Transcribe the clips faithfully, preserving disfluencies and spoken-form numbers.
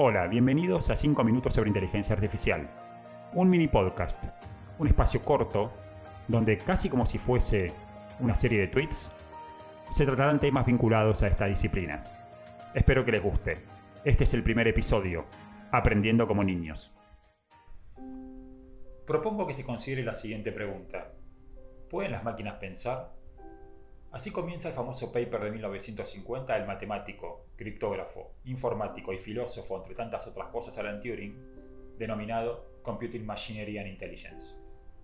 Hola, bienvenidos a cinco minutos sobre inteligencia artificial. Un mini podcast, un espacio corto, donde casi como si fuese una serie de tweets, se tratarán temas vinculados a esta disciplina. Espero que les guste. Este es el primer episodio, Aprendiendo como niños. Propongo que se considere la siguiente pregunta. ¿Pueden las máquinas pensar? Así comienza el famoso paper de mil novecientos cincuenta del matemático, criptógrafo, informático y filósofo, entre tantas otras cosas, Alan Turing, denominado Computing Machinery and Intelligence.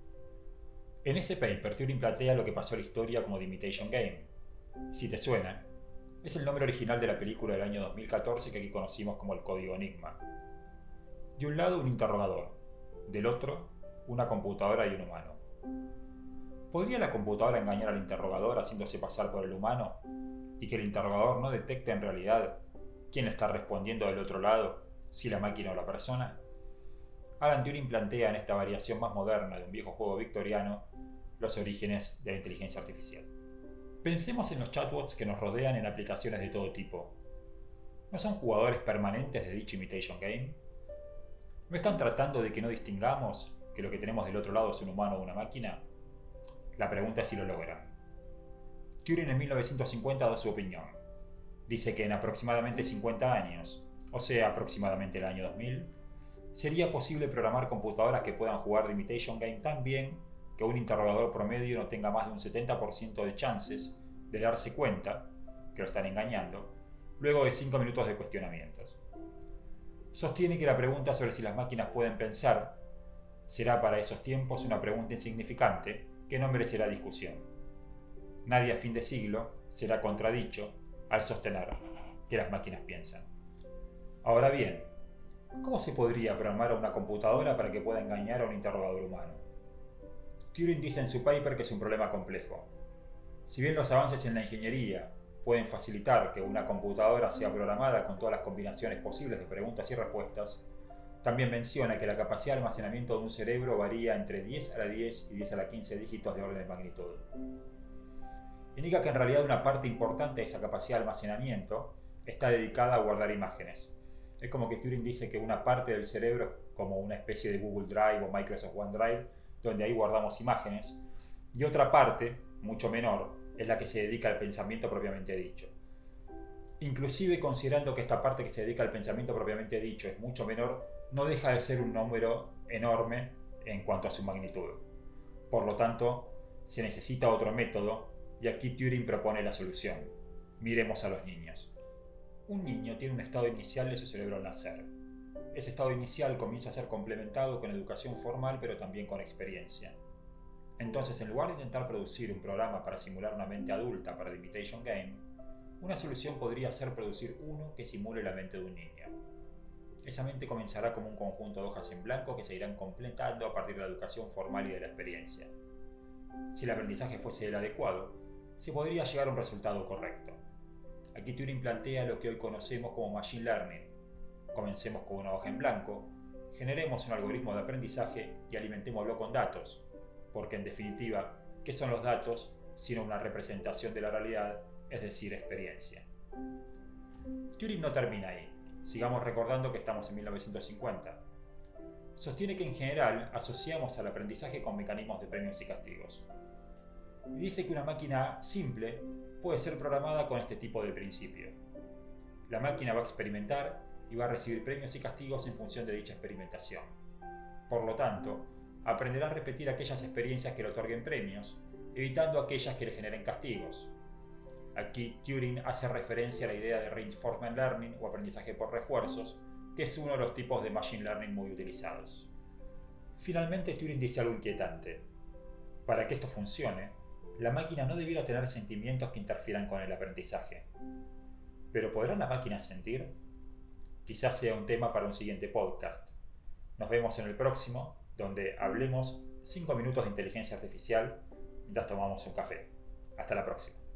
En ese paper, Turing plantea lo que pasó a la historia como The Imitation Game. Si te suena, es el nombre original de la película del año dos mil catorce que aquí conocimos como el Código Enigma. De un lado un interrogador, del otro una computadora y un humano. ¿Podría la computadora engañar al interrogador haciéndose pasar por el humano y que el interrogador no detecte en realidad quién le está respondiendo del otro lado, si la máquina o la persona? Alan Turing plantea en esta variación más moderna de un viejo juego victoriano los orígenes de la inteligencia artificial. Pensemos en los chatbots que nos rodean en aplicaciones de todo tipo. ¿No son jugadores permanentes de dicho Imitation Game? ¿No están tratando de que no distingamos que lo que tenemos del otro lado es un humano o una máquina? La pregunta es si lo logran. Turing en mil novecientos cincuenta da su opinión. Dice que en aproximadamente cincuenta años, o sea, aproximadamente el año dos mil, sería posible programar computadoras que puedan jugar The Imitation Game tan bien que un interrogador promedio no tenga más de un setenta por ciento de chances de darse cuenta que lo están engañando, luego de cinco minutos de cuestionamientos. Sostiene que la pregunta sobre si las máquinas pueden pensar será para esos tiempos una pregunta insignificante que no merecerá discusión. Nadie a fin de siglo será contradicho al sostener que las máquinas piensan. Ahora bien, ¿cómo se podría programar a una computadora para que pueda engañar a un interrogador humano? Turing dice en su paper que es un problema complejo. Si bien los avances en la ingeniería pueden facilitar que una computadora sea programada con todas las combinaciones posibles de preguntas y respuestas, también menciona que la capacidad de almacenamiento de un cerebro varía entre diez a la diez y diez a la quince dígitos de orden de magnitud. Indica que en realidad una parte importante de esa capacidad de almacenamiento está dedicada a guardar imágenes. Es como que Turing dice que una parte del cerebro es como una especie de Google Drive o Microsoft OneDrive, donde ahí guardamos imágenes, y otra parte, mucho menor, es la que se dedica al pensamiento propiamente dicho. Inclusive considerando que esta parte que se dedica al pensamiento propiamente dicho es mucho menor, no deja de ser un número enorme en cuanto a su magnitud. Por lo tanto, se necesita otro método, y aquí Turing propone la solución. Miremos a los niños. Un niño tiene un estado inicial de su cerebro al nacer. Ese estado inicial comienza a ser complementado con educación formal, pero también con experiencia. Entonces, en lugar de intentar producir un programa para simular una mente adulta para The Imitation Game, una solución podría ser producir uno que simule la mente de un niño. Esa mente comenzará como un conjunto de hojas en blanco que se irán completando a partir de la educación formal y de la experiencia. Si el aprendizaje fuese el adecuado, se podría llegar a un resultado correcto. Aquí Turing plantea lo que hoy conocemos como Machine Learning. Comencemos con una hoja en blanco, generemos un algoritmo de aprendizaje y alimentémoslo con datos, porque en definitiva, ¿qué son los datos sino una representación de la realidad, es decir, experiencia? Turing no termina ahí. Sigamos recordando que estamos en mil novecientos cincuenta. Sostiene que en general asociamos al aprendizaje con mecanismos de premios y castigos. Y dice que una máquina simple puede ser programada con este tipo de principio. La máquina va a experimentar y va a recibir premios y castigos en función de dicha experimentación. Por lo tanto, aprenderá a repetir aquellas experiencias que le otorguen premios, evitando aquellas que le generen castigos. Aquí Turing hace referencia a la idea de reinforcement learning o aprendizaje por refuerzos, que es uno de los tipos de machine learning muy utilizados. Finalmente, Turing dice algo inquietante. Para que esto funcione, la máquina no debiera tener sentimientos que interfieran con el aprendizaje. ¿Pero podrán las máquinas sentir? Quizás sea un tema para un siguiente podcast. Nos vemos en el próximo, donde hablemos cinco minutos de inteligencia artificial mientras tomamos un café. Hasta la próxima.